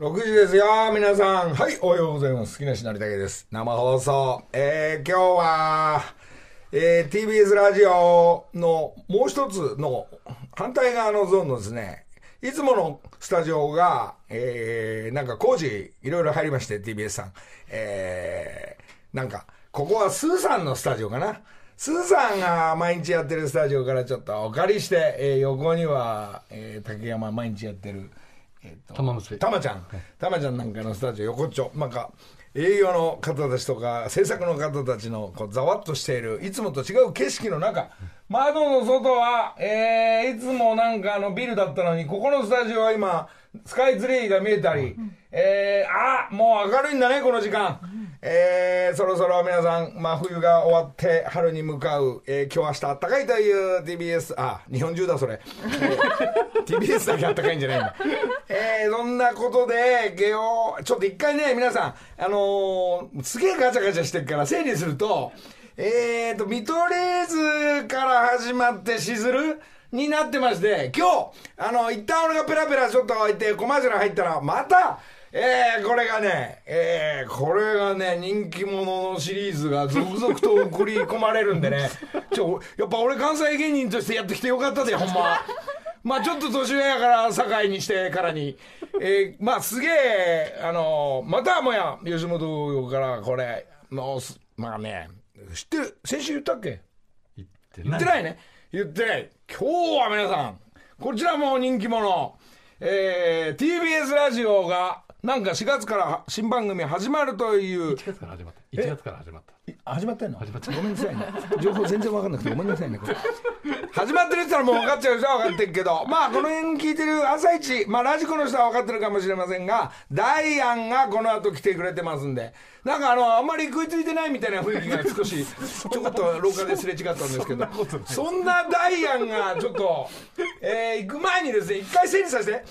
6時ですよ、皆さん。はい、おはようございます。木梨憲武です。生放送。今日は、TBS ラジオのもう一つの反対側のゾーンのですね、いつものスタジオが、なんか工事いろいろ入りまして、TBS さん。なんか、ここはスーさんのスタジオかな。スーさんが毎日やってるスタジオからちょっとお借りして、横には、竹山毎日やってる、たまちゃんなんかのスタジオ横っちょ、なんか営業の方たちとか制作の方たちのこうざわっとしているいつもと違う景色の中、窓の外は、いつもなんかビルだったのに、ここのスタジオは今スカイツリーが見えたり、もう明るいんだねこの時間。そろそろ皆さん、真冬が終わって春に向かう、今日明日あったかいという TBS、日本中だそれ、TBS だけあったかいんじゃないんだ。そんなことでちょっと一回ね皆さん、すげえガチャガチャしてるから整理すると、見取り図から始まってしずるになってまして、今日一旦俺がペラペラちょっと置いてコマーシャル入ったらまたこれがね、人気者のシリーズが続々と送り込まれるんでね、やっぱ俺関西芸人としてやってきてよかったで、ほんま。まあちょっと年上やから堺にしてからに、まあすげえ、またもや吉本からこれの、まあね、知ってる？先週言ったっけ？言ってないね。言ってない。今日は皆さん、こちらも人気者、TBS ラジオがなんか4月から新番組始まるという。 1月から始まった。1月から始まった。 始まってんの？ 始まった。 ごめんなさいね。情報全然分かんなくてごめんなさいね。これ始まってるって言ったらもう分かっちゃう人は分かってるけど、まあこの辺聞いてる朝一、まあラジコの人は分かってるかもしれませんが、ダイアンがこの後来てくれてますんで、なんかあんまり食いついてないみたいな雰囲気が少しちょこっと廊下ですれ違ったんですけど、そんなダイアンがちょっと、行く前にですね、一回整理させて、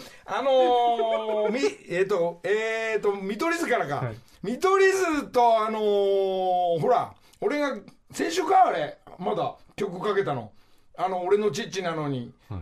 見取り図からか、はい、見取り図とほら俺が先週かあれまだ曲かけたの、俺のチッチなのに、はい、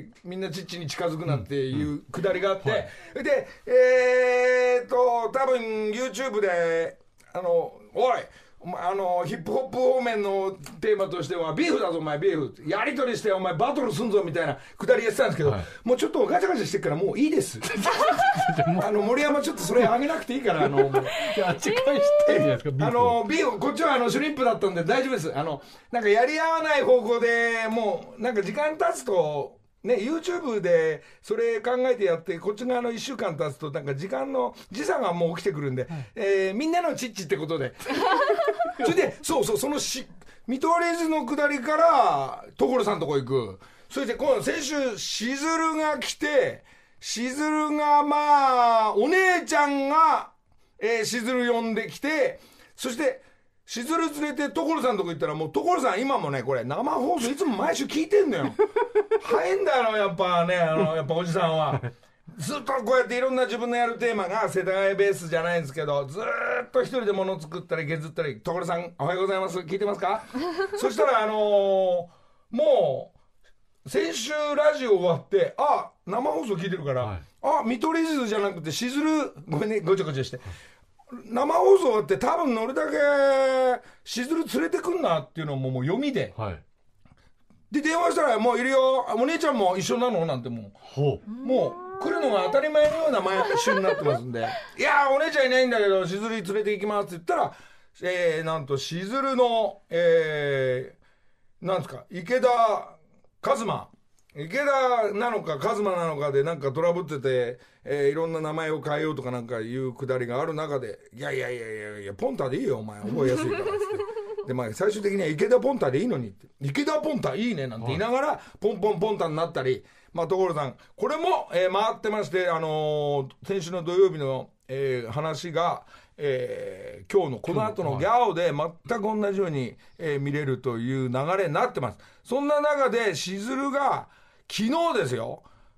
みんなチッチに近づくなっていうくだりがあって、はい、で多分 YouTube でおいヒップホップ方面のテーマとしてはビーフだぞお前、ビーフやり取りしてお前バトルすんぞみたいなくだりやってたんですけど、はい、もうちょっとガチャガチャしてるからもういいです森山ちょっとそれあげなくていいからあっち返してるじゃないですか。ビーフこっちはシュリンプだったんで大丈夫です。なんかやり合わない方向でもうなんか時間経つとね、YouTube でそれ考えてやってこっち側の1週間経つとなんか時間の時差がもう起きてくるんで、みんなのチッチってことでそれでその見取り図の下りから所さんのとこ行く。それで今度先週しずるが来て、しずるがまあお姉ちゃんが、しずる呼んできて、そしてしずる連れて所さんのとこ行ったら、もう所さん今もねこれ生放送いつも毎週聞いてんのよ早いんだよやっぱね、やっぱおじさんはずっとこうやっていろんな自分のやるテーマが世田谷ベースじゃないんですけど、ずっと一人で物作ったり削ったり。所さんおはようございます、聞いてますかそしたらもう先週ラジオ終わって生放送聞いてるから、はい、見取り図じゃなくてしずる、ごめんねごちゃごちゃして、生放送終わって多分俺だけしずる連れてくんなっていうのももう読みで、はい、で電話したらもういるよお姉ちゃんも一緒なのなんてもう来るのが当たり前のような毎週になってますんでいやお姉ちゃんいないんだけどしずるに連れて行きますって言ったら、なんとしずるの、なんですか池田一馬、池田なのか一馬なのかでなんかトラブってて、いろんな名前を変えようとかなんかいうくだりがある中で、いやポンタでいいよお前覚えやすいからってで、まあ、最終的には池田ポンタでいいのにって、池田ポンタいいねなんて言いながらポンポンポンタになったり、まあ所さんこれも、回ってまして、先週の土曜日の、話が、今日のこの後のギャオで全く同じように、見れるという流れになってます。そんな中でしずるが昨日ですよ、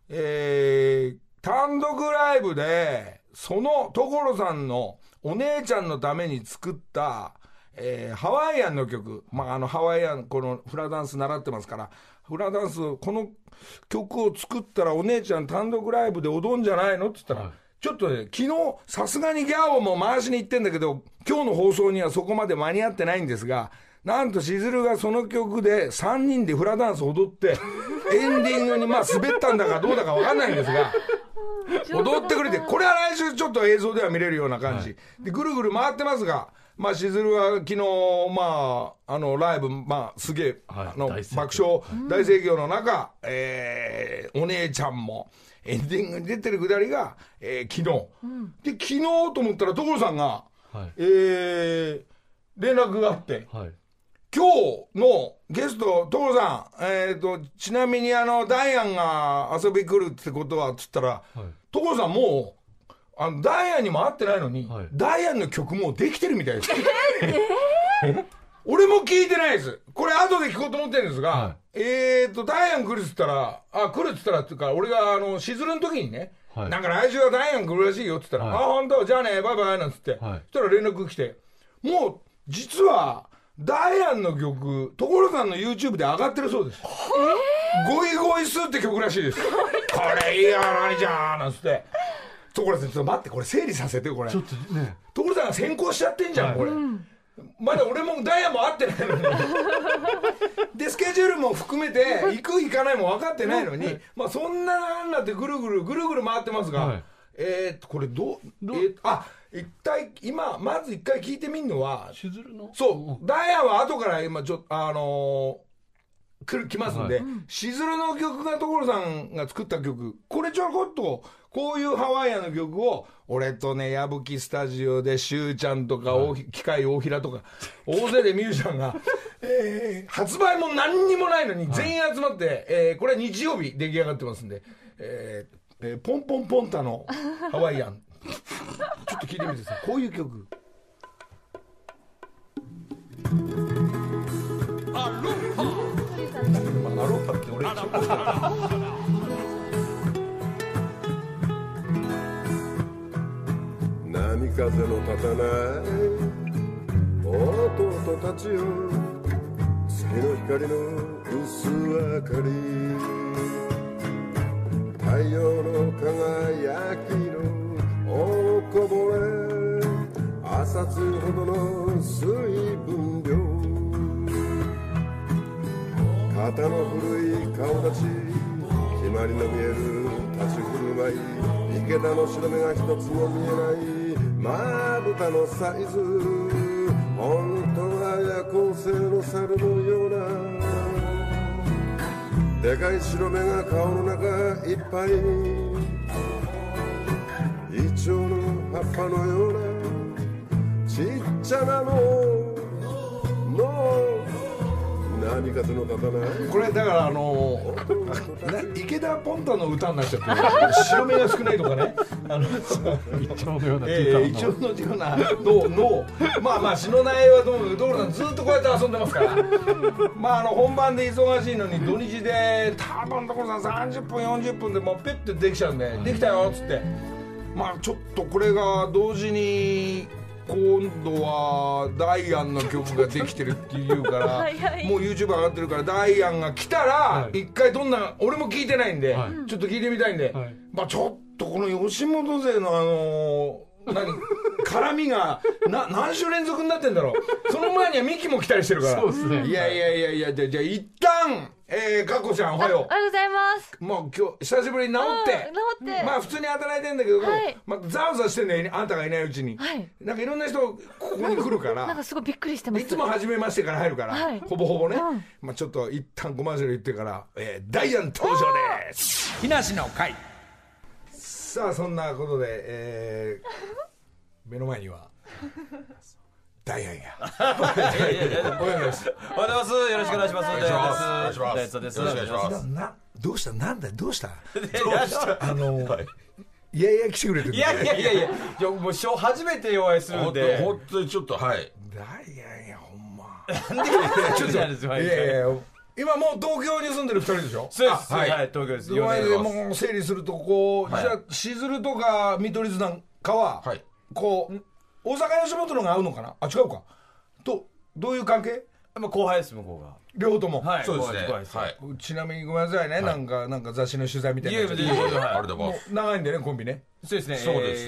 単独ライブでその所さんのお姉ちゃんのために作ったハワイアンの曲、ハワイアンこのフラダンス習ってますから、フラダンスこの曲を作ったらお姉ちゃん単独ライブで踊んじゃないのって言ったら、はい、 ちょっとね、昨日さすがにギャオも回しに行ってんだけど、今日の放送にはそこまで間に合ってないんですが、なんとしずるがその曲で3人でフラダンス踊ってエンディングにまあ滑ったんだかどうだか分かんないんですが踊ってくれて、これは来週ちょっと映像では見れるような感じ、でぐるぐる回ってますが、まあしずるは昨日まあライブ、まあすげえ、爆笑大盛況の中、お姉ちゃんもエンディングに出てるくだりが、昨日、で昨日と思ったら所さんが、連絡があって、今日のゲスト所さん、ちなみにダイアンが遊び来るってことはっつったら、所さんもうダイアンにも会ってないのに、ダイアンの曲もうできてるみたいです。俺も聞いてないです。これ後で聞こうと思ってるんですが、ダイアン来るっつったら、来るっつったらっていうか、俺がしずるの時にね、なんか来週はダイアン来るらしいよっつったら、本当じゃあねバイバイなんつって、そしたら連絡来て、もう実はダイアンの曲所さんの YouTube で上がってるそうです。ゴイゴイスーって曲らしいです。これいいよ何ちゃんなんつって、所さんちょっと待って、これ整理させて、これちょっとね、所さんが先行しちゃってんじゃん、これ、まだ俺もダイアンも会ってないのにでスケジュールも含めて行く行かないも分かってないのに、まあそんななんだってぐるぐる回ってますが、これ一体今まず一回聞いてみるのは、しずるのそうダイアンは後から今ちょっと来ますんで、しずるの曲が所さんが作った曲、これちょこっとこういうハワイアンの曲を俺とね矢吹スタジオでしゅうちゃんとか、機械大平とか大勢でミュージシャンが、発売も何にもないのに全員集まって、これ日曜日出来上がってますんで、ポンポンポンタのハワイアンちょっと聞いてみてください。こういう曲。アロハって俺波風の立たない弟たちよ、月の光の薄明かり、太陽の輝きのおこぼれ、朝露ほどの水分量、肩の古い顔立ち、決まりの見える立ち振る舞い、池田の白目が一つも見えないまぶたのサイズ、本当は夜行性の猿のようなでかい白目が顔の中いっぱい、イチョウの葉っぱのようなちっちゃなの波風の立たない、 これだから池田ポンタの歌になっちゃって白目が少ないとかね、 イチョウのようなイチョウのようなのまあまあ詩の内容はどう道路さんずっとこうやって遊んでますからまあ本番で忙しいのに土日で多分所さん30分40分でもうペッてできちゃうんで、できたよっつって、まあちょっとこれが同時に今度はダイアンの曲ができてるっていうからもう YouTube 上がってるから、ダイアンが来たら一回どんな、俺も聞いてないんで、ちょっと聞いてみたいんで、まあちょっとこの吉本勢の絡みが何週連続になってんだろう。その前にはミキも来たりしてるから。 そうですね。 いやじゃあ一旦かこちゃんおはよう。 おはようございます。 もう今日久しぶりに治ってまあ普通に働いてんだけど、まあざわざわしてんだよ、あんたがいないうちに。なんかいろんな人ここに来るからなんかすごいびっくりしてます。 いつも初めましてから入るから、ほぼほぼね。まあちょっと一旦コマーシャル言ってから、ダイアン登場です。木梨の会。さあそんなことで、目の前にはダイアンがおはようございます。 おはようございます。よろしくお願いします。お願いします。 よろしくお願いします。どうしたなんだどうしたいやいや来てくれてる。 いやもう初めてお会いするんで本当にちょっとダイアンやほんまちょっといや今もう東京に住んでる2人でしょ。 そうです。はい東京です。 4年でもう整理するとこう、じゃあしずるとか見取り図なんかはこう大阪吉本のが合うのかな、あ違うかと、どういう関係？ 後輩です向こうが。 両方とも。 はい。 そうですね。 後輩ですはい。 ちなみにごめんなさいね、なんか雑誌の取材みたいな。 いやいやいやいやありがとうございもます。 う長いんだよね、コンビね。 そうですね。 そうです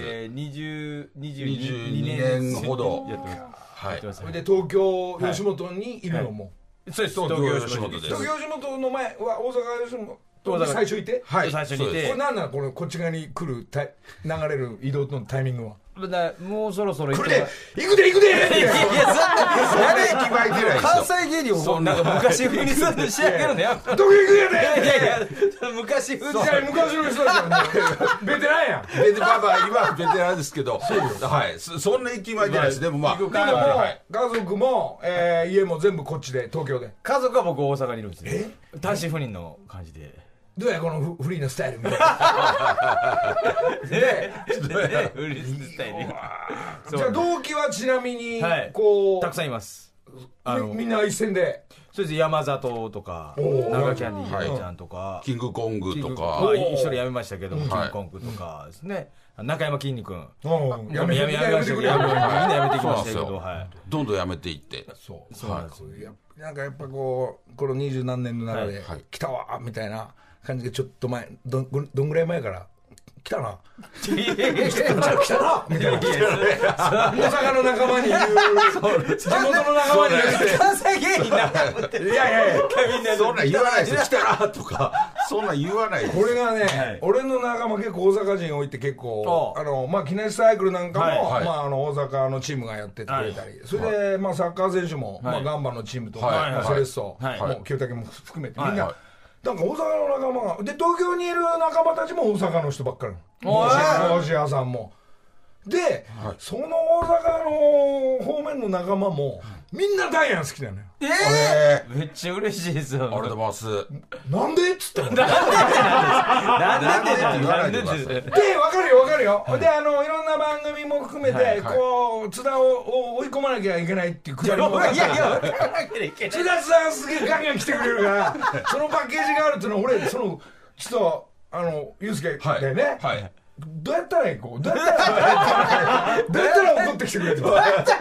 22 年ほどやってます。 はいやってますそれで東京吉本にいるのも。 そうです。 東京吉本です東京吉本の前は大阪吉本に最初いて。 はい。 最初にいてこれ何なのこっち側に来る流れる移動のタイミングは。 もうそろそろこれで行くでいやいや、そんな決まりてないですよ関西芸人をなんか昔風にするの仕上げるのやっぱ。 どこ行くやいやいねやいや、昔風に。 いや昔の人だからベテランやん。 ベテラン今はベテランですけど、はい。そんな息巻いてないです。でもまあ、 でも家族も家も全部こっちで東京で。 家族は僕大阪にいるんですよ。単身赴任の感じで。 どうやこのフリーのスタイルみたいな。で、 フリースタイル。 じゃあ同期はちなみにはいこうたくさんいます。 みんな一線で。 そうです。山里とか、長キャンディーちゃんとか、 キングコングとまかあ、一人辞めましたけど、キングコングとかですね。中山きんに君。 やめてましたけど、みんな辞めてきましたけど、 そうなんですよはい。 どんどんやめていって。 そうそうなんですよ。 なんかやっぱこうこの20何年の中ではい来たわみたいな感じでちょっと前どんぐらい前から来たな来たなみたいな大阪の仲間に言う地元の仲間に言う関西芸人なんか持ってる。 いやいやいやみんなそんなん言わないですよ。来たなとか、そんなん言わないです。 これがね、 はい俺の仲間結構大阪人多いって結構まあ記念サイクルなんかも、 はいまあ大阪のチームがやっててくれたり、それでまあサッカー選手も、まあガンバのチームとか、 はいまあセレッソ、 はいもう清武も含めて、 はいみんな、なんか大阪の仲間がで東京にいる仲間たちも大阪の人ばっかりおい帽子屋さんもで、その大阪の方面の仲間もみんなダイアン好きなのよ。 めっちゃ嬉しいですよ。 ありがとうございます。 なんでっつってなんでって言わないでください。 で、わかるよ。で、いろんな番組も含めて、こう、津田を追い込まなきゃいけないっていうくだりも。 いやいや、分からなきゃいけない。 津田さんがすげえガンガン来てくれるから、そのパッケージがあるっていうのは、俺、ちょっと、ユースケだよね。 はい。 どうやったらいいこうどうやったら怒ってきてくれるの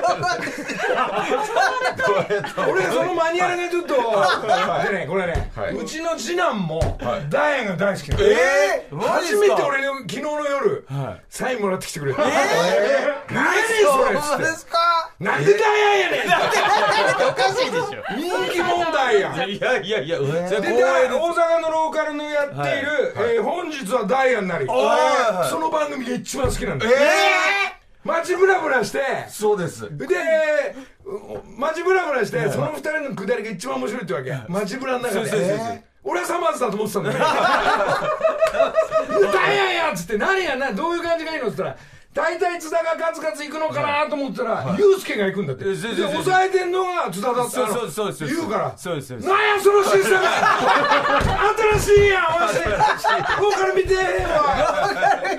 俺そのマニュアルがちょっとでねこれね、うちの次男もダイアンが大好きなの。初めて俺の昨日の夜サインもらってきてくれた。何それっつってなんでダイアンやねんおかしいでしょ。 人気問題やん。 いやいやいや、 で大阪のローカルのやっている本日はダイアンなりその番組が一番好きなんだよ。街ブラブラしてそうです。 で街ブラブラしてその二人のくだりが一番面白いってわけ。街ブラの中で俺はサマーズだと思ってたんだよ。ダイアンやっつって何やどういう感じがいいのっつったら大体津田がカツカツ行くのかなと思ったらユースケが行くんだって。で抑えてんのが津田だって言うからそうです。 なんやそのシステム新しいやんマジでローカル見てへんわ。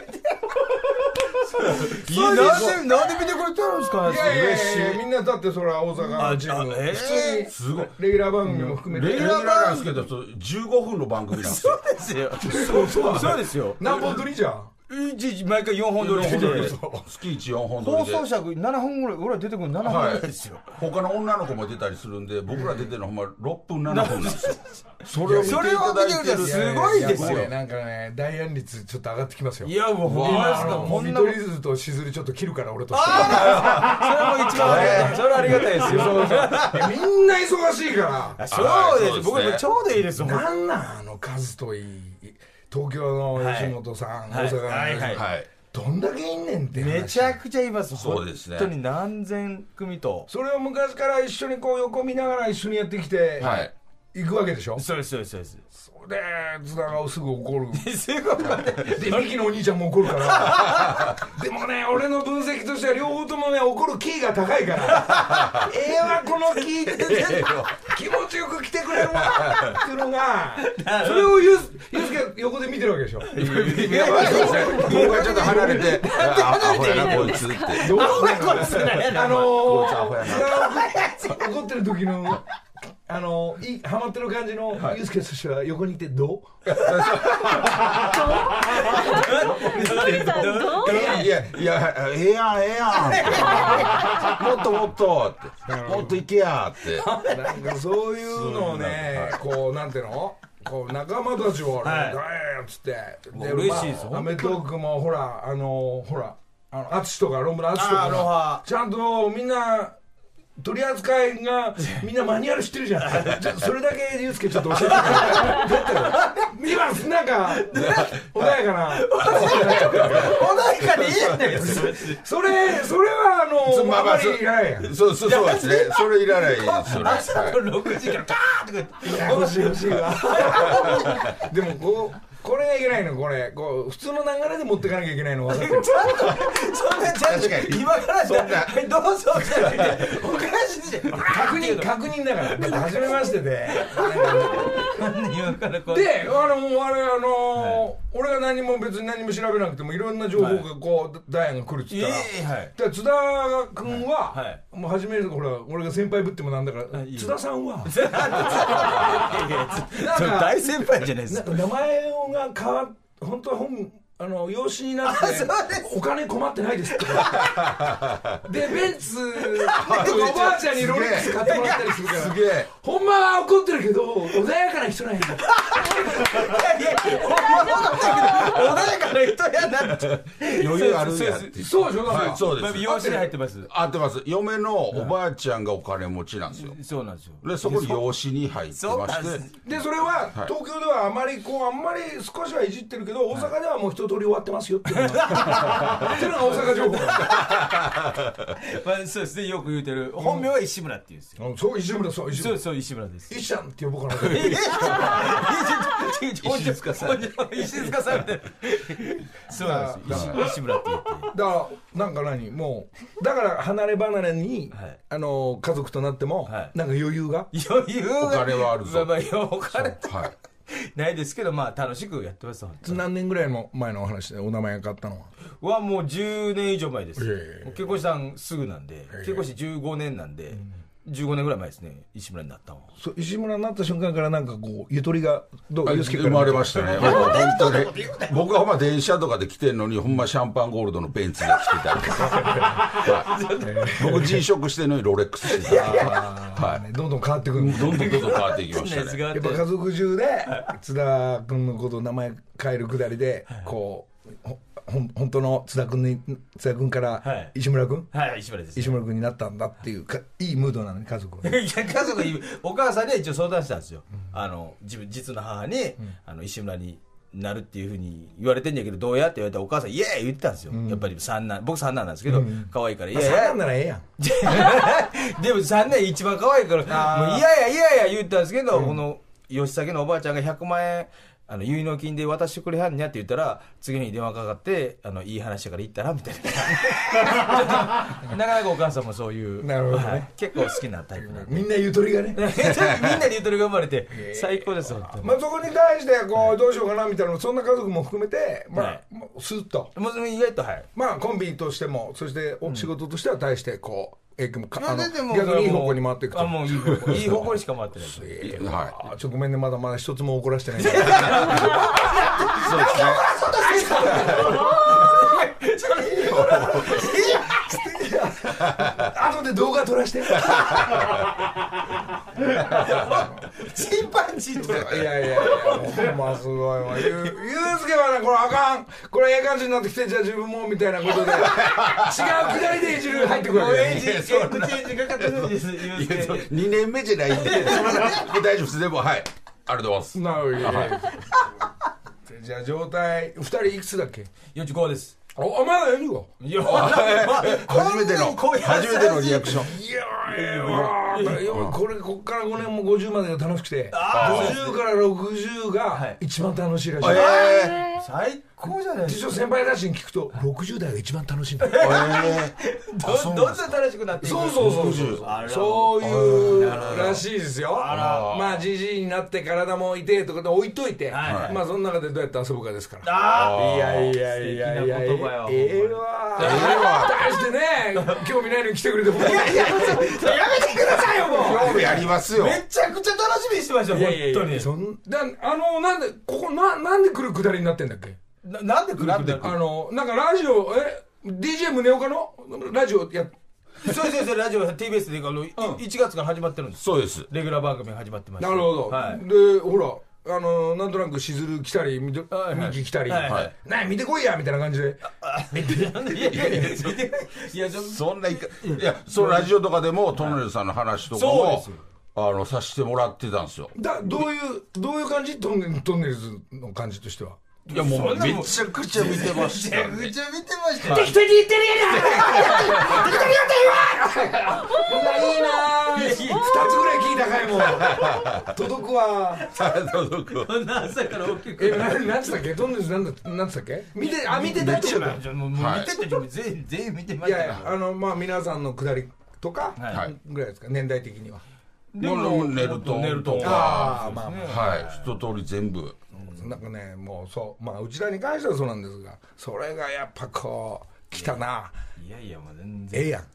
なんで見てくれてるんですか。 いやみんなだってそれは大阪のチーム普通にすごい。 レギュラー番組も含めてレギュラーなんですけど、15分の番組なんですよ。 そうですよ。 何本撮りじゃん。 毎回4本撮りして月1、4本撮りで。 放送尺7本ぐらい、俺ら出てくる7本ぐらいですよ。 他の女の子も出たりするんで、僕ら出てるのほんま6分7分なんですよ。それを見ていただいてる。 すごいですよ。 なんかねダイアン率ちょっと上がってきますよ。 いやもうほんまですか。 もう見取り図としずりちょっと切るから俺として。 それも一番それはありがたいですよ。 みんな忙しいからそうです。僕もちょうどいいですもん。 なんなん数といい東京の吉本さん、大阪のどんだけいんねんってめちゃくちゃいます。 そうですね。 本当に何千組と。 それを昔から一緒にこう横見ながら一緒にやってきて行くわけでしょ。 そうです。 で津田がすぐ怒る。 すごい。 でミキのお兄ちゃんも怒るからでもね俺の分析としては両方ともね怒るキーが高いからわこのキーって気持ちよく来てくれるわっていうのがそれをユースケ横で見てるわけでしょ。 僕がちょっと離れてアホやなこいつって。 怒ってる時のハマってる感じのユースケとしては横にいてどう？ いやええやんもっともっとってもっといけやってなんかそういうのをねこうなんていうのこう仲間たちをガーッつってで嬉しいですアメトークもほら淳とか論文の淳とかがちゃんとみんな取り扱いがみんなマニュアル知ってるじゃんそれだけユースケちょっと教えてくれ見ますなんか穏やかな穏やかでいいんだよそれはあまりいらないやんそうですねそれいらないですよね朝の6時からカーッとかいや欲しいわでもこれがいけないのこう普通の流れで持っていかなきゃいけないの分かってるそんなちゃんと今からそんなどうぞじゃなくておかしいじゃん確認だからだって初めましてで今からこうで俺が別に何も調べなくてもいろんな情報がこうダイアンが来るっつったら津田君はもう初めほら俺が先輩ぶってもなんだから津田さんは大先輩じゃないですか名前が変わっ本当は養子になってお金困ってないですってでベンツおばあちゃんにロレックス買ってもらったりするからすげえほんまは怒ってるけど穏やかな人なんだ穏やかな人やなって余裕あるんやってそうでしょはいそうです養子に入ってます合ってます嫁のおばあちゃんがお金持ちなんですよそうなんですよでそこに養子に入ってましてでそれは東京ではあんまり少しはいじってるけど大阪ではもう一通り終わってますよっていうのがっていうのが大阪情報まあそうですねよく言うてる本名は石村っていうんですよそう石村そう石村です石ちゃんって呼ぼうかな石塚さんってそうなんですよ石村って言ってだからなんかもうだから離れ離れに家族となってもなんか余裕がお金はあるぞお金ないですけどまあ楽しくやってます何年ぐらいの前のお話でお名前が変わったのはもう10年以上前です結婚したんすぐなんで結婚して15年なんで15年ぐらい前ですね石村になったのそう石村になった瞬間からなんかこうゆとりが生まれましたね本当に僕はほんま電車とかで来てんのにほんまシャンパンゴールドのベンツで来てたりとか僕 G ショックしてんのにロレックスしてたどんどん変わってくるどんどん変わっていきましたねやっぱ家族中で津田君のことを名前変えるくだりでこう本当の津田君から石村君石村君になったんだっていういいムードなのに家族は家族お母さんで一応相談したんですよ実の母に石村になるっていうふうに言われてんだけどどうやって言われたらお母さんイエーイ言ってたんですよやっぱり僕三男なんですけど可愛いから三男ならええやんでも三男一番可愛いからもういや言ったんですけどこの吉崎のおばあちゃんが100万円結納金で渡してくれはんにゃって言ったら次の日電話かかっていい話だから行ったらみたいななかなかお母さんもそういうなるほどね結構好きなタイプなんでみんなゆとりがねみんなにゆとりが生まれて最高です本当にまあそこに対してこうどうしようかなみたいなそんな家族も含めてまあスッともう意外とまあコンビとしてもそして仕事としては対してこう逆にいいい方向に回っていくともういい方向にしか回ってないちょっとごめんねまだ一つも怒らしてないそうですね後で動画撮らしてチンパンジーとかいやほんますごいわゆうすけはねこれあかんこれええ感じになってきてじゃあ自分もみたいなことで違うくだりでいじる入ってくるわけエンジンかかってるんです 2年目じゃないんで大丈夫ですでもはいありがとうございますじゃあ状態2人いくつだっけ 45ですまだ45 いや初めてのリアクションこっから5年も50までが楽しくて50から60が一番楽しいらしい最高じゃないですか実は先輩たちに聞くと60代が一番楽しいんだどんどん楽しくなっていくそういうらしいですよまあじじいになって体も痛いとかで置いといてまあその中でどうやって遊ぶかですからいやええわ大してね興味ないのに来てくれてもやめてくださいよもう興味ありますよめっちゃくちゃ楽しみにしてましたよ、本当に。 なんでここなんで来るくだりになってんだっけ。 なんで来るくだり。 なんかラジオDJ 宗岡のラジオやっそうラジオ TBS で1月から始まってるんです。 そうです。 レギュラー番組が始まってました。 なるほど。でほらなんとなくしずる来たりミキ来たり見てこいやみたいな感じでいやそんないやそのラジオとかでもトンネルさんの話とかもさせてもらってたんですよ。 どういう感じトンネルズの感じとしては。 いやもうめちゃくちゃ見てました。 めちゃ見てました。 適当に言ってるやん。適当に言ってるわ。いいな。2つぐらい聞いたかいも。届くわ。 届くわ。 こんな朝から大きく。 なんつったっけ。トンネルズなんつったっけ。見てたってことだ。 もう見てて全員見てました。 いやまあ皆さんのくだりとかぐらいですか年代的には。 でも寝るとか一通り全部。 なんかねもうそうまあ内田に関してはそうなんですがそれがやっぱこう来たな。 いやもう全然やん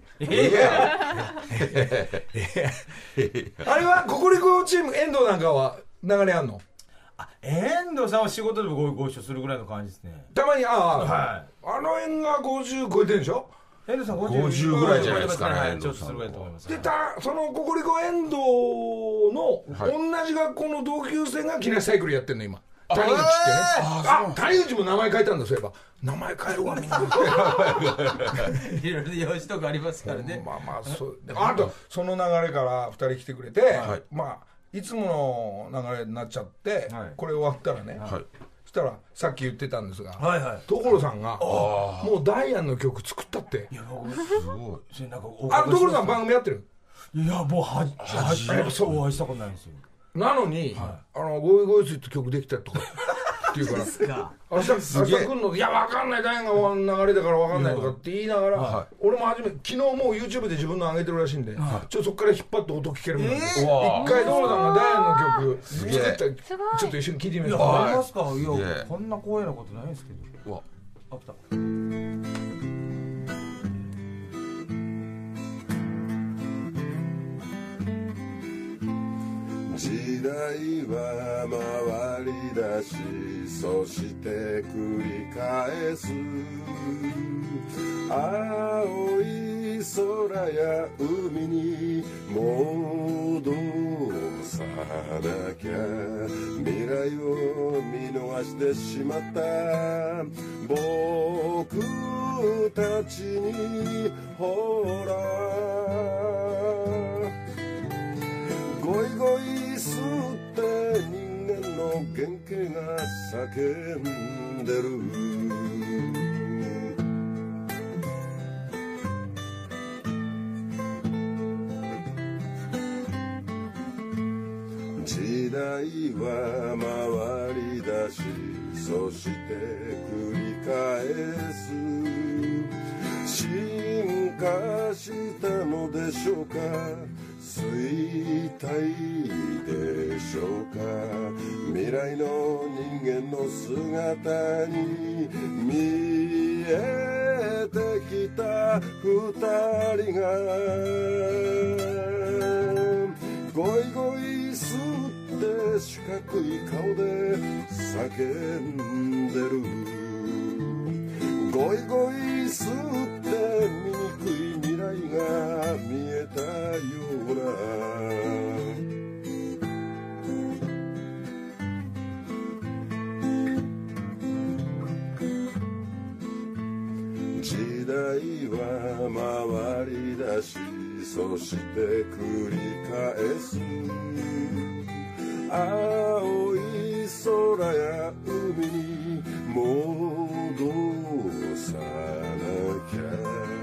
あれはココリコチーム遠藤なんかは流れあんの。 遠藤さんは仕事でもご一緒するぐらいの感じですね。 たまにあの辺が50超えてるんでしょ。 遠藤さん 50ぐらいじゃないですかね。 ちょっとするぐらいと思います。 でそのココリコ遠藤の同じ学校の同級生が木梨サイクルやってんの今。谷口ってね。谷口も名前変えたんだ。そういえば名前変えるわみんな。 いろいろ用事とかありますからね。 まあそうあとその流れから2人来てくれてまあいつもの流れになっちゃってこれ終わったらねそしたらさっき言ってたんですが所さんがもうダイアンの曲作ったって。 いやすごい。 所さん番組やってる。 いやもうお会いしたことないんですよ。 なのにゴイゴイスーって曲できたとかっていうから明日来るのいや分かんないダイアンが流れだから分かんないとかって言いながら俺も昨日もう YouTube で自分の上げてるらしいんでちょっとそこから引っ張って音聞けるもんなんで一回所さんがダイアンの曲作ったらちょっと一緒に聴いてみますありますか。いやこんな光栄なことないんですけど。あ来た。 時代は回り出しそして繰り返す青い空や海に戻さなきゃ未来を見逃してしまった僕たちにほらゴイゴイ吸って人間の原型が叫んでる時代は回り出しそして繰り返す進化したのでしょうか衰退でしょうか未来の人間の姿に見えてきた二人がゴイゴイ吸って四角い顔で叫んでるゴイゴイ吸って醜い未来が見えたような時代は回り出しそして繰り返す青い空や海に戻さなきゃ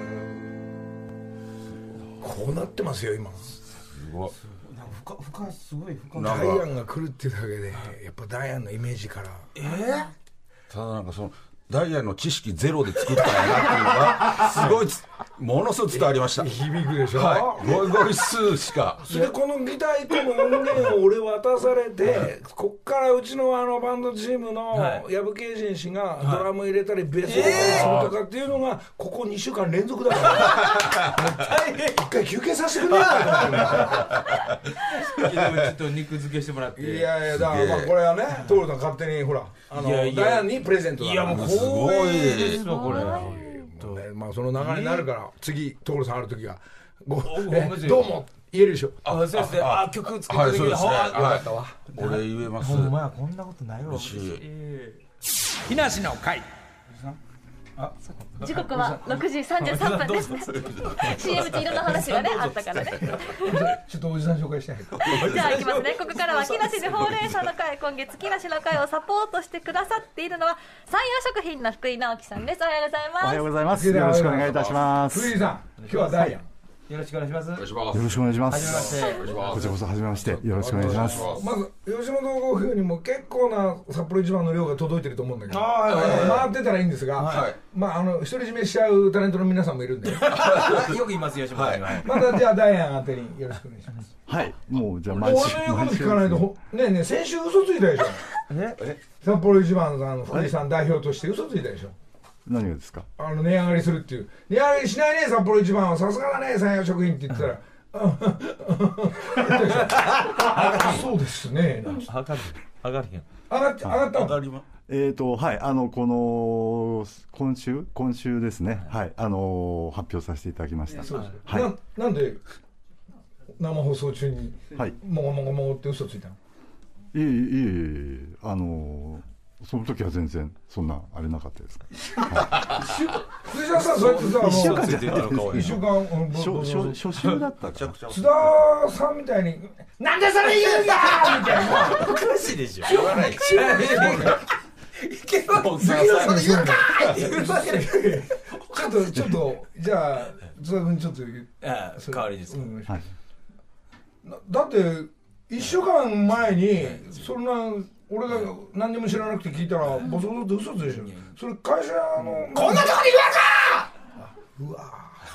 こうなってますよ今。 すごい。 すごい深い。 ダイアンが来るっていうだけでやっぱダイアンのイメージからただなんかそのダイヤの知識ゼロで作ったんやなっていうのがすごいものすごい伝わりました。 響くでしょ、 ゴイゴイスーしか。 それでこのギター1個の音源を俺渡されて、こっからうちのバンドチームの藪慶人氏がドラム入れたりベースを入れたりするとかっていうのがここ2週間連続だから一回休憩させてくれよいやでもちょっと肉付けしてもらっていやいや、だからまあこれはね、トールさん勝手にほらダイアンにプレゼントだから。 いやもうすごい光栄ですわこれまあその流れになるから次トールさんある時はどうも言えるでしょ。 あ、そうですね。あ、曲作ってくれた。 はいそうですねよかったわ。 俺言えますほんまや、こんなことないわ。 嬉しい木梨の会。 時刻は6時33分ですね。CM 中いろんな話がねあったからね。 ちょっとおじさん紹介してないと。 じゃあ行きますね。ここからは木梨でほうれん草の会、今月木梨の会をサポートしてくださっているのは山陽食品の福井直樹さんです。おはようございます。 おはようございます。よろしくお願いいたします。 福井さん、今日はダイアン。 よろしくお願いします。 お願いしまよろしくお願いしまはじめましす。 て。 こちらこそ初めましてよろしくお願いします。 まず吉本興業にも結構な札幌一番の量が届いてると思うんだけど、回ってたらいいんですが、まあ独り占めしちゃうタレントの皆さんもいるんで、 よく言います吉本には。 まだじゃあダイアン宛てによろしくお願いします。 はい、もうじゃあ俺の言うこと聞かないと、ねえねえ先週嘘ついたでしょ。札幌一番さんの福井さん代表として嘘ついたでしょ。 何がですか。 値上がりするっていう、値上がりしないね札幌一番は、さすがだね山陽食品って言ってたらそうですね。 上がる上がるやん。 上がったの。 はいこの今週ですね、はい発表させていただきました。はい。 なんで生放送中にはいもごもごもごって嘘ついたの。 いえその時は全然そんなあれなかったですか。 藤沢さんそうやってさ、 一週間じゃ 1週間初週だったから。 津田さんみたいになんでそれ言うんだみたいな。 おかしいでしょ。 言わない。 けど次のそれ言うかちょっとじゃあ津田君ちょっと代わりですか。 だって1週間前にそんな俺が何にも知らなくて聞いたらボソボソって嘘つでしょ。それ会社のこんなとこに言うか。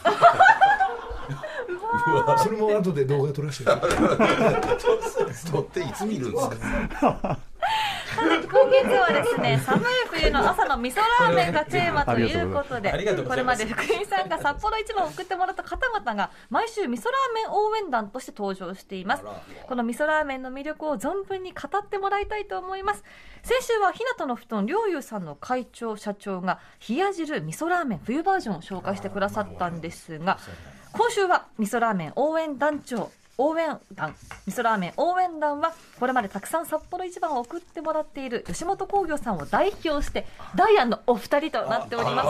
うわそれも後で動画撮らせて撮っていつ見るんですか。 今月はですね、寒い冬の朝の味噌ラーメンがテーマということで、これまで福井さんが札幌一番を送ってもらった方々が毎週味噌ラーメン応援団として登場しています。この味噌ラーメンの魅力を存分に語ってもらいたいと思います。先週は日向の布団りょうゆうさんの会長社長が冷や汁味噌ラーメン冬バージョンを紹介してくださったんですが、今週は味噌ラーメン応援団長応援団味噌ラーメン応援団はこれまでたくさん札幌一番を送ってもらっている吉本興業さんを代表してダイアンのお二人となっております。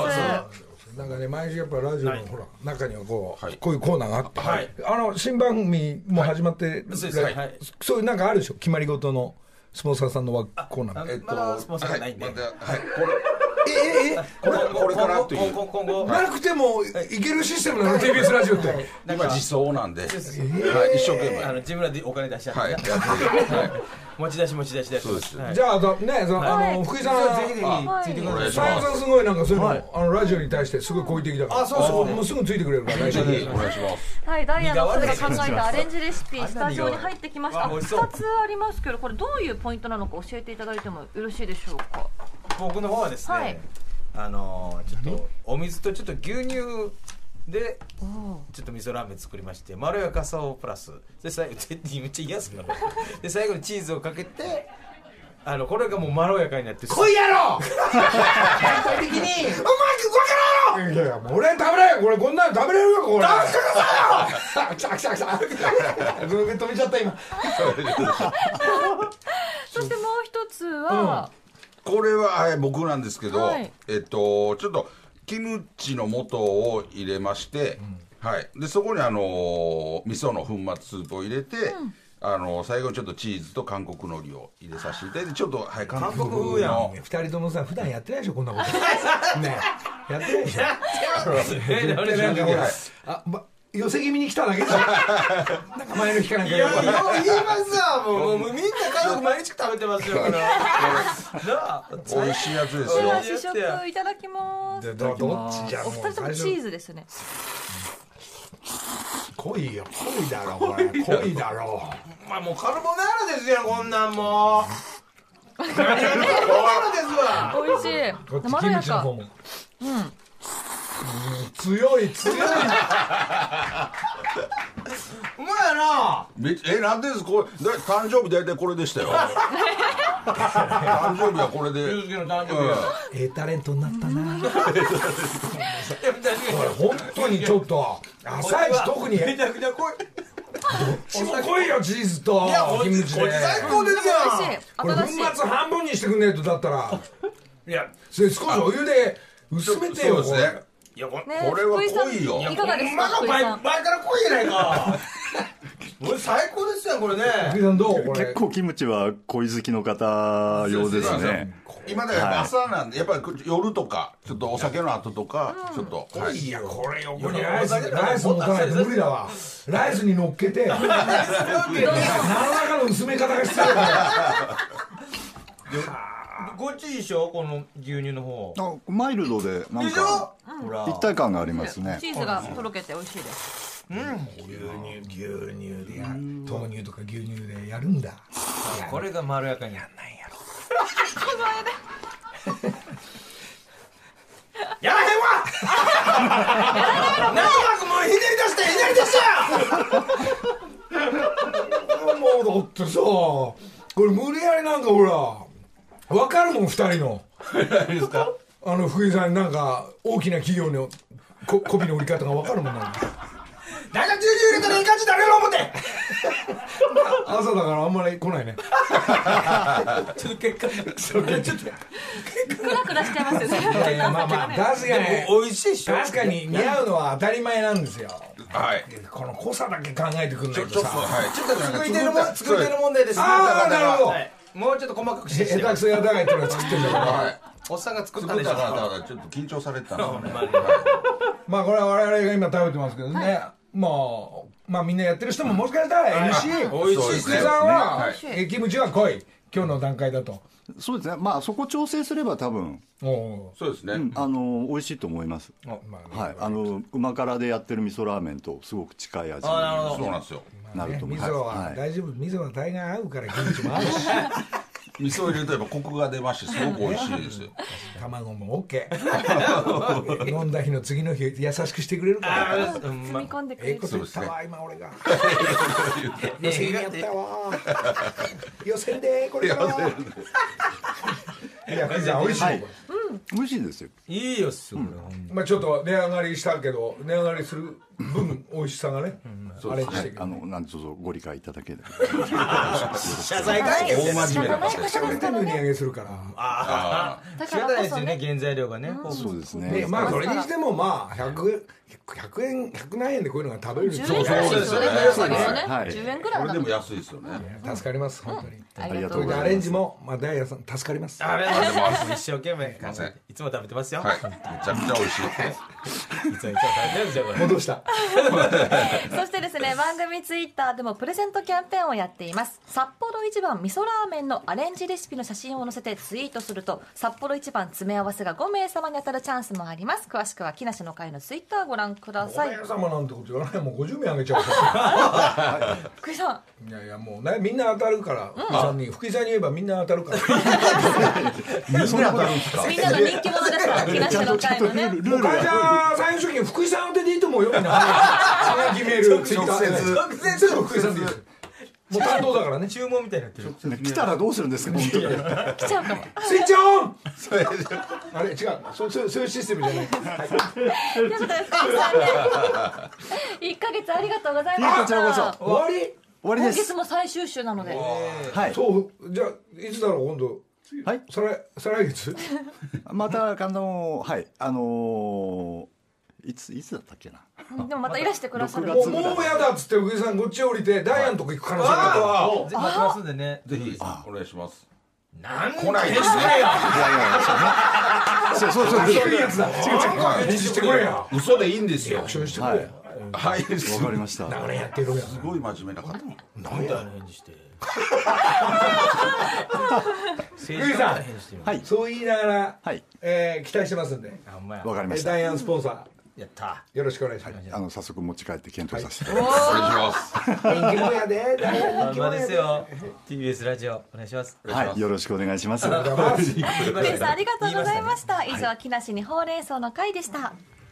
なんかね、毎週やっぱラジオのほら中にはこういうコーナーがあって、新番組も始まっそうて、 ですはい。 そういうなんかあるでしょ、決まり事のスポンサーさんのコーナー。 まだスポンサーがないんで。 これからという今後なくてもいけるシステムなの TBS ラジオって。 今実装なんで、一生懸命自分らでお金出しちゃって、持ち出しそうです。 じゃあね、福井さんぜひぜひついてください。 山陽さんすごいなんかそういうのラジオに対してすごい好意的だから、もうすぐついてくれるから。 ぜひお願いします。 はい、ダイアンの方が考えたアレンジレシピスタジオに入ってきました。2つありますけど、これどういうポイントなのか教えていただいてもよろしいでしょうか。 僕の方はですね、ちょっとお水とちょっと牛乳でちょっと味噌ラーメン作りまして、まろやかさをプラスで最後めっちゃ嫌ですけどで最後にチーズをかけてこれがもうまろやかになって来いやろ全体的にお前分からんの。いやいや俺食べれこれこんなの食べれるよこれ。食べてくださいよ。来た止めちゃった今。 そしてもう一つは、 これは僕なんですけど、 はいちょっとキムチの素を入れまして、でそこに味噌の粉末スープを入れて、最後にちょっとチーズと韓国海苔を入れさせていただいて、ちょっと韓国風の 2人ともさ普段やってないでしょこんなことねやってないでしょ。寄せ気味に来ただけじゃん。なんか前の日かなんか言いますわ。もうみんな家族毎日食べてますよ。 美味しいやつですよ。 では試食いただきます。 どっちじゃん。 お二人ともチーズですね。 濃いよ、濃いだろこれ。濃いだろ。 まあもうカルボナーラですよこんなんもう。カルボナーラですわ。 美味しい。まろやか。 強い。 まやな。 なんでですこれ誕生日大体これでしたよ。誕生日はこれで。 ゆうすけの誕生日は。 タレントになったな。これ本当にちょっと朝一特にめちゃくちゃ濃い。 どっちも濃いよチーズとキムチで。 最高ですよ。 これ粉末半分にしてくんねえとだったら。 いや、 それ少しお湯で薄めてよ。 そうですね。いやこれは濃いよ。 いかがですか？ 前から濃いじゃないか。俺最高ですよこれね。 福井さんどうこれ？ 結構キムチは恋好きの方用ですね。 今だから朝なんでやっぱり夜とかちょっとお酒の後とかちょっと。 いやこれ横にライス持たないと無理だわ。ライスに乗っけて何らかの薄め方が必要だよ。 こっちいいでしょこの牛乳の方。 マイルドでなんか一体感がありますね。 チーズがとろけて美味しいです。 牛乳で豆乳とか牛乳でやるんだ。 これがまろやかにやんないやろ。やらへんわ。なんとなくもうひねり出してもうだってさこれ無理やりなんかほら分かるもん2人の。 何ですか？ 福井さんなんか大きな企業の媚びの売り方が分かるもんなんだ。 大学牛乳入れたらいい感じだね思って。 朝だからあんまり来ないね。 ちょっと結果ちょっとクラクラしちゃいますよね。 まあまあ確かに美味しいっしょ。 確かに似合うのは当たり前なんですよ。 はい。 この濃さだけ考えてくんないとさ。 作り手の問題です。 ああなるほど。 もうちょっと細かくして。 下手くそやだがいっていうのは作ってんだから。 おっさんが作った作でしょ。 ったからだからちょっと緊張されてたのね。 まあこれは我々が今食べてますけどね。まあみんなやってる人ももしかしたら MC 美味しいですね。 福井さんはキムチは濃い今日の段階だと。 そうですね。まあそこ調整すれば多分そうですね。 美味しいと思います。はい。旨辛でやってる味噌ラーメンとすごく近い味にそうなんですよ。 なると思います。味噌は大丈夫。味噌は大概合うからキムチも合うし。 味噌を入れるとやっぱコクが出ましてすごく美味しいです。 卵も OK。飲んだ日の次の日優しくしてくれるから。 積み込んでくれる。 こと言ったわ今俺が。予選やったわ。予選でこれから。いや美味しい。 美味しいですよ。 いいよす。 まあちょっと値上がりしたけど値上がりする分美味しさがね。あれしてなんとぞご理解いただければ。 謝罪会見大真面目な方めちゃくちゃ値上げするから。 仕方ないですよね原材料がね。 そうですね。 まあそれにしてもまあ100円100何円でこういうのが食べれる。 10円ぐらいですよね。10円ぐらい。 これでも安いですよね。 助かります本当に。 ありがとうございます。 アレンジもダイヤさん助かります。 一生懸命いつも食べてますよ。 はい。めちゃくちゃ美味しい。 いつも食べてるんですよこれ。 戻した。 そしてですね番組ツイッターでもプレゼントキャンペーンをやっています。札幌一番味噌ラーメンのアレンジレシピの写真を載せてツイートすると札幌一番詰め合わせが5名様に当たるチャンスもあります。詳しくは木梨の会のツイッターご覧ください。 5名様なんてこと言わない。もう50名あげちゃう。 福井さん。いやもうねみんな当たるから福井さんに言えばみんな当たるから。 みんな当たるんですか。 みんなの人気者ですから木梨の会のね。 会社最初に福井さん当てでいいと思うよみんな。はがきメールツイッター全部福井さんでいいです。もう担当だからね。 注文みたいになってる。 来たらどうするんですか本当に。 来ちゃうかも。 スイッチオン。あれ違うそういうシステムじゃない。 ということで福井さんね1ヶ月ありがとうございました。 こちらこそ終わり今終わりです。 月も最終週なので。 はい。 そうじゃあいつだろう今度。 はい。 再来月。 またはいいつだったっけな。 でもまたいらしてくださる。 もうやだっつって福井さんこっち降りてダイアンとこ行く可能性がある。 待ってますんでね。 ぜひお願いします。 なん来ないですね。 そうそういうやつだ。違う返事してこいや。 嘘でいいんですよ。 一緒にしてこいや。 はい。 わかりました。 長年やってるやすごい真面目な方。 なんであれ返事して。 福井さん、 はい。 そう言いながらはい。 期待してますんで。 わかりました。 ダイアンスポンサー。 やった。 よろしくお願いします。 早速持ち帰って検討させて。 お願いします。 人気者やで。ダイアン人気ま者やで。 ですよ。TBS ラジオお願いします。 はい。よろしくお願いします。 福井さんありがとうございました。以上木梨にほうれん草の会でした。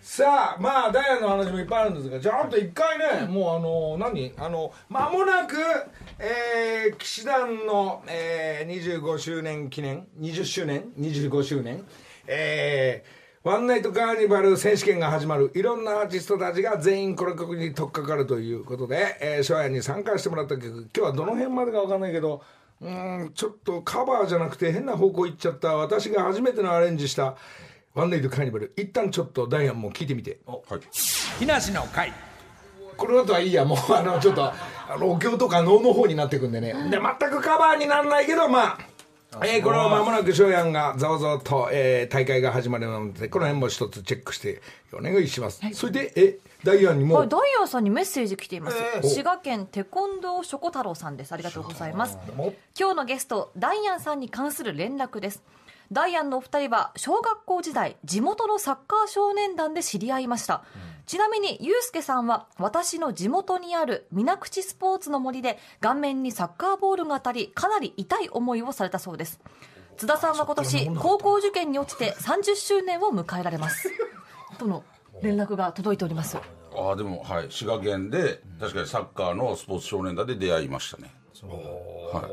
さあまあダイアンの話もいっぱいあるんですが、じゃああと一回ね、もう間もなく、騎士団の、25周年記念20周年25周年ワンナイトカーニバル選手権が始まる。いろんなアーティストたちが全員この曲に取っかかるということで、初夜に参加してもらった曲、今日はどの辺までか分かんないけど、ちょっとカバーじゃなくて変な方向行っちゃった、私が初めてのアレンジしたワンナイトカーニバル、一旦ちょっとダイアンも聞いてみて。はい、木梨の会、この後はいいや、もうちょっとお経とか能の方になってくんでね、で全くカバーにならないけど、まあこの間もなく翔やんがざわざわと、大会が始まるので、この辺も一つチェックしてお願いします、はい、それでダイアンにも、 ダイアンさんにメッセージ来ています、滋賀県テコンドーショコ太郎さんです。ありがとうございます。今日のゲストダイアンさんに関する連絡です。ダイアンのお二人は小学校時代地元のサッカー少年団で知り合いました、ちなみにユうスケさんは私の地元にある水口スポーツの森で顔面にサッカーボールが当たり、かなり痛い思いをされたそうです。津田さんは今年高校受験に落ちて30周年を迎えられますとの連絡が届いております。 でも、はい、滋賀県で確かにサッカーのスポーツ少年団で出会いましたね。 はい、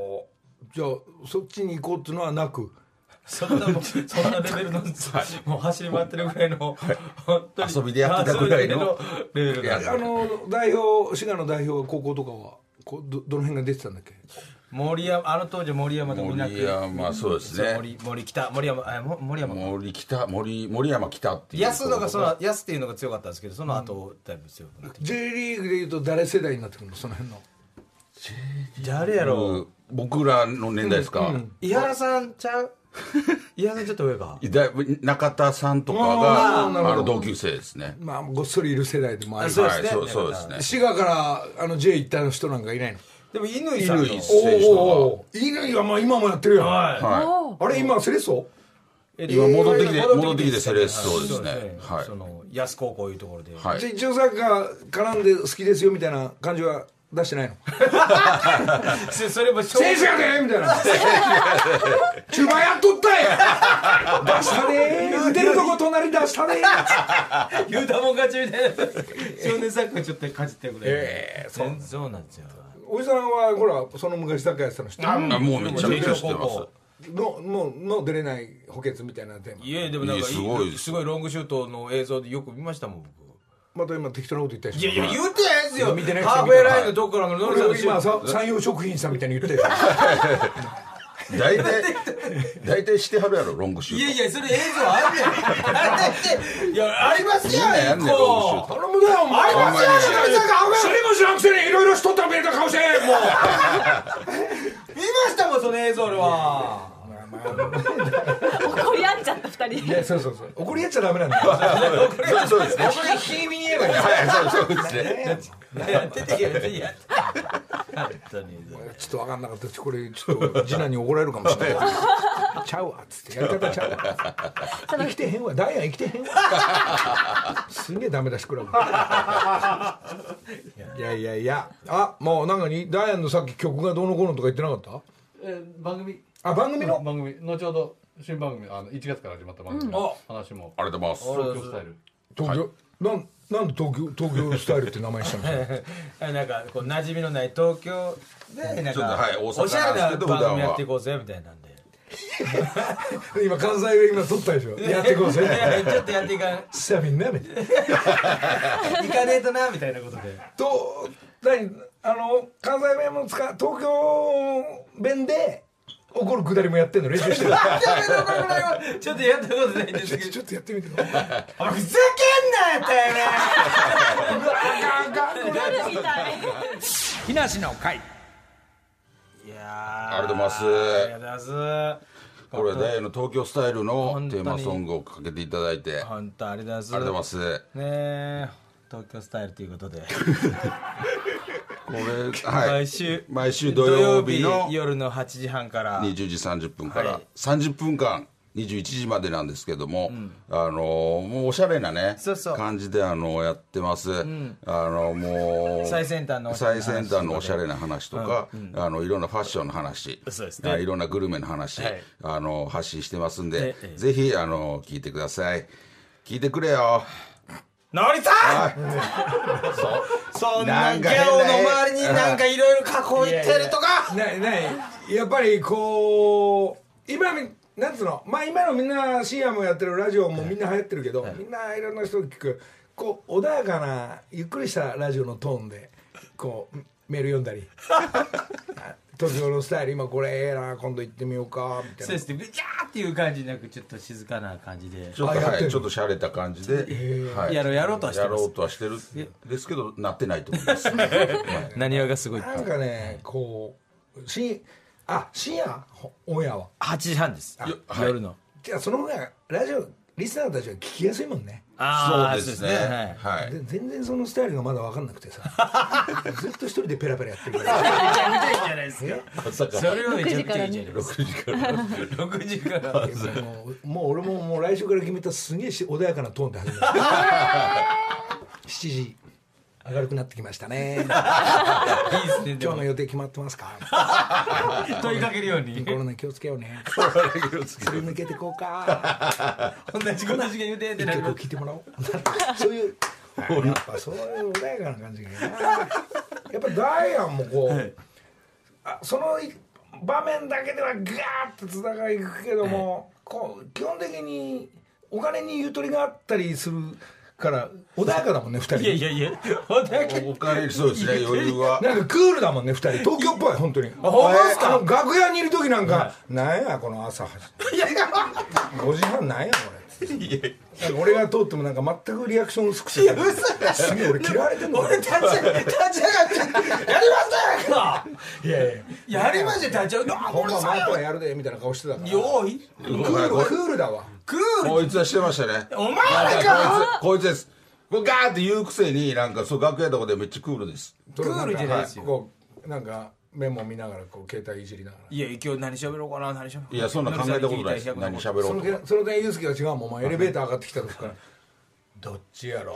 じゃあそっちに行こうっていうのはなく、 そんなレベルの、もう走り回ってるぐらいの、本当に遊びでやってたぐらいのレベルが、 滋賀の代表は高校とかはどの辺が出てたんだっけ。 森山、当時森山と森山、そうですね、 森北、森山北っていう、 安っていうのが強かったんですけど、その後だいぶ強くなって、 J リーグでいうと誰世代になってくるの、その辺の。 誰やろう、 僕らの年代ですか。 井原さんちゃう井原さんちょっと上か、 中田さんとかが同級生ですね。 まあごっそりいる世代でもある。 そうですね。 滋賀からJ 行った人なんかいないの。 でも乾さんの乾はまあ今もやってるやん、あれ今セレッソ、 今戻ってきてセレッソですね。 その安高校いうところで、 一応サッカー絡んで好きですよみたいな感じは出してないのそれも選手やでみたいな中盤やっとった出したで打てるとこ隣出したで言うたもん勝ちみたいな少年サッカーちょっとかじってくれ、そうなんですよ。 おじさんはほらその昔サッカーやってたの知ってる？ もうめちゃめちゃ知ってますの出れない補欠みたいなテーマ。 いやでもなんかすごいロングシュートの映像でよく見ましたもん僕。 また今適当なこと言ったでしょ。 いや言ってないですよ。 見てないハーフウェイラインのとこからのノルさんの今山陽食品さんみたいに言ってる大体してはるやろロングシュート。 いやそれ映像あるねん。いやありますよ。 やんねんロングシュート。 頼むだよお前。ありますよ。知りも知らんくせにいろいろしとったら見えた顔してもう。 見ましたもんその映像俺は。 怒り合っちゃった2人。 いやそう怒り合っちゃダメなんだよ。 そうですね。 怒りひいみに言えばいい。 そうですね。 やっててやってやちょっと分かんなかったし、これちょっと次男に怒られるかもしれないちゃうわっつってやり方ちゃうわ生きてへんわダイアン生きてへんわすんげえダメ出しくらぶいやもうなんかにダイアンのさっき曲がどうのこうのとか言ってなかった？ 番組の後ほど新番組1月から始まった番組の話も、 ありがとうございます。 東京スタイル、 東京、なんで東京スタイルって名前にしたんですか？なんかこう馴染みのない東京でなんか大阪おしゃれな番組やっていこうぜみたいなんで今関西が今取ったでしょ。やっていこうぜちょっとやっていかんさあみんなみたいな行かねえとなみたいなことで関西弁も東京弁で怒るくだりもやってんの練習してるちょっとやったことないんですけどちょっとやってみてふざけんなやったよねみたい木梨の会。 いやありがとうございます。これで東京スタイルのテーマソングをかけていただいて本当ありがとうございます。 ありがとうございますね。東京スタイルということでこれ、毎週土曜日の夜の8時半から 20時30分から30分間21時までなんですけども、もうおしゃれなね感じでやってます、もう最先端のおしゃれな話とか、いろんなファッションの話、いろんなグルメの話、発信してますんで、ぜひ聞いてください。聞いてくれよ。 ノリさんそんなギャオの周りになんかいろいろ囲いてるとかやっぱりこう今なんつうの、まあ今のみんな深夜もやってるラジオもみんな流行ってるけど、みんないろんな人が聞くこう穏やかなゆっくりしたラジオのトーンでこうメール読んだり東京のスタイル今これええな今度行ってみようかみたいな。 そうですね、ギャーっていう感じなくちょっと静かな感じでちょっと洒落た感じで、 やろうとはしてます。 やろうとはしてるですけどなってないと思います。 何がすごいなんかねこう深夜オンエアは 8時半です、夜の。 じゃあその方がラジオリスナーたちは聞きやすいもんね。 そうですね。 全然そのスタイルがまだ分かんなくてさずっと一人でペラペラやってるからめちゃめちゃいいじゃないですか。それはめちゃめちゃいいじゃないですか。6時からもう俺も来週から決めたすげえ穏やかなトーンで始める7時明るくなってきましたね今日の予定決まってますか問いかけるようにコロナ気をつけようねそれ抜けてこうか同じこと言うてって一曲聴いてもらおうそういうやっぱそういう穏やかな感じがいいなやっぱダイアンもこう、その場面だけではガーッと津田がいくけども、こう基本的にお金にゆとりがあったりするから穏やかだもんね2人。 いや穏やかお金そうですね余裕はなんかクールだもんね2人東京っぽい本当に。 ほんまですか。 楽屋にいる時なんかなんやこの朝5時半なんやこれなんか俺が通ってもなんか全くリアクション薄くてすげえ俺嫌われてんの。 俺立ち上がってやりましたややりました立ち上がって本番前からやるでみたいな顔してたからよいクールだわ。 こいつはしてましたね。 お前かこいつです。こうガーって言うくせになんかそう楽屋とかでめっちゃクールです。 クールじゃないですよ。 こうなんかメモ見ながらこう携帯いじりながら。 いや今日何喋ろうかな何喋ろうかな。 いやそんな考えたことないです。何喋ろうとか。 その点ユースケは違うもん。お前エレベーター上がってきた時からどっちやろ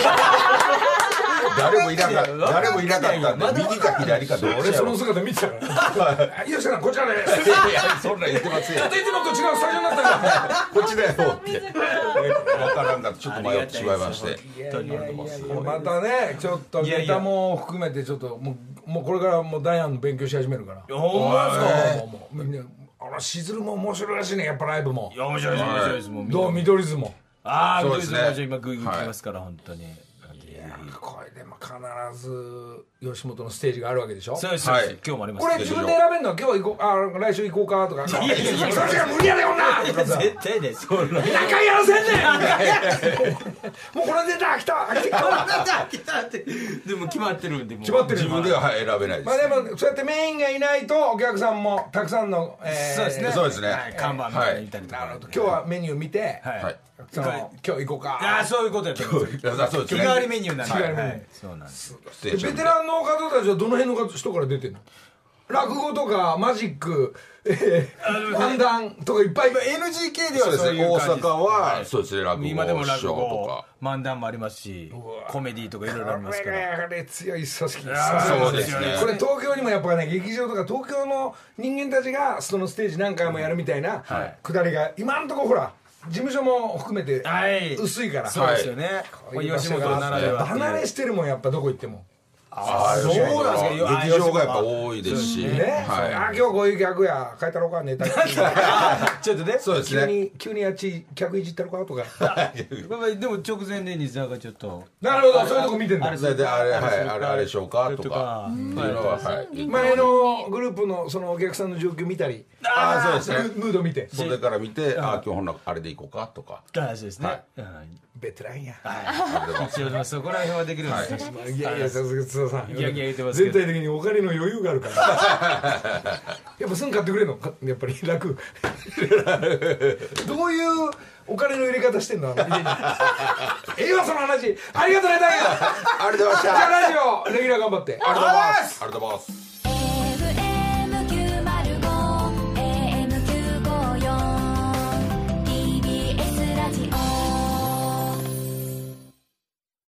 誰もいなかったんで右か左かどっちやろ。 俺その姿見てたからユースケさんこちらです。 いやそんなん言ってますよ。 ちょっといつもと違うスタジオになったからこっちだよって分からんかった。ちょっと迷ってしまいまして。 またねちょっとネタも含めてちょっともうこれからもうダイアンの勉強し始めるから。 ほんまですか。 もうみんなしずるも面白いらしいねやっぱライブも。 いや面白いです面白いです。もうどう見取り図も。 ああそうですね。今グイグイ来ますから本当に。 これでも必ず吉本のステージがあるわけでしょ。 そうです今日もあります。 これ自分で選べるのは今日行こう来週行こうかとか。いやそれじゃ無理やで女とかさ。 絶対です。 何回やらせんねんもうこれ出た来たってでも決まってるんで決まってる。 自分では選べないです。 まあでもそうやってメインがいないとお客さんもたくさんのそうですね看板みたいにいたりとか。 今日はメニュー見て今日行こうか。 ああそういうことやったんですよ。 そうですね。 日替わりメニューなんで。 そうなんです。ベテランの方たちはどの辺の人から出てるの？落語とかマジック、漫談とかいっぱい。 NGK ではそうですね。大阪はそうですね。落語今でも落語とか漫談もありますしコメディとかいろいろありますから。 これ強い組織。 そうですね。 これ東京にもやっぱね劇場とか東京の人間たちがそのステージ何回もやるみたいなくだりが今んとこほら事務所も含めて薄いから。 そうですよね。吉本ならでは離れしてるもんやっぱどこ行っても。 そうなんですか。 劇場がやっぱ多いですしね。今日こういう客や書いたろうかネタちょっとねそうですね。 急に客いじったろかとか。 でも直前で西澤がちょっとなるほどそういうとこ見てんだ。 あれでしょうかとか前のグループのそのお客さんの状況見たり。 そうですね。 ムード見て袖から見て今日ほんなあれでいこうかとか。 そうですね。 ベテランや。 一応そこら辺はできるんです。 いやさすが津田さん。 いや言ってますけど。 全体的にお金の余裕があるから。やっぱすぐ買ってくれるの？やっぱり楽。どういうお金の入れ方してんの？家に。その話。ありがとうねダイヤ。 ありがとうございました。 じゃあラジオレギュラー頑張って。 ありがとうございます。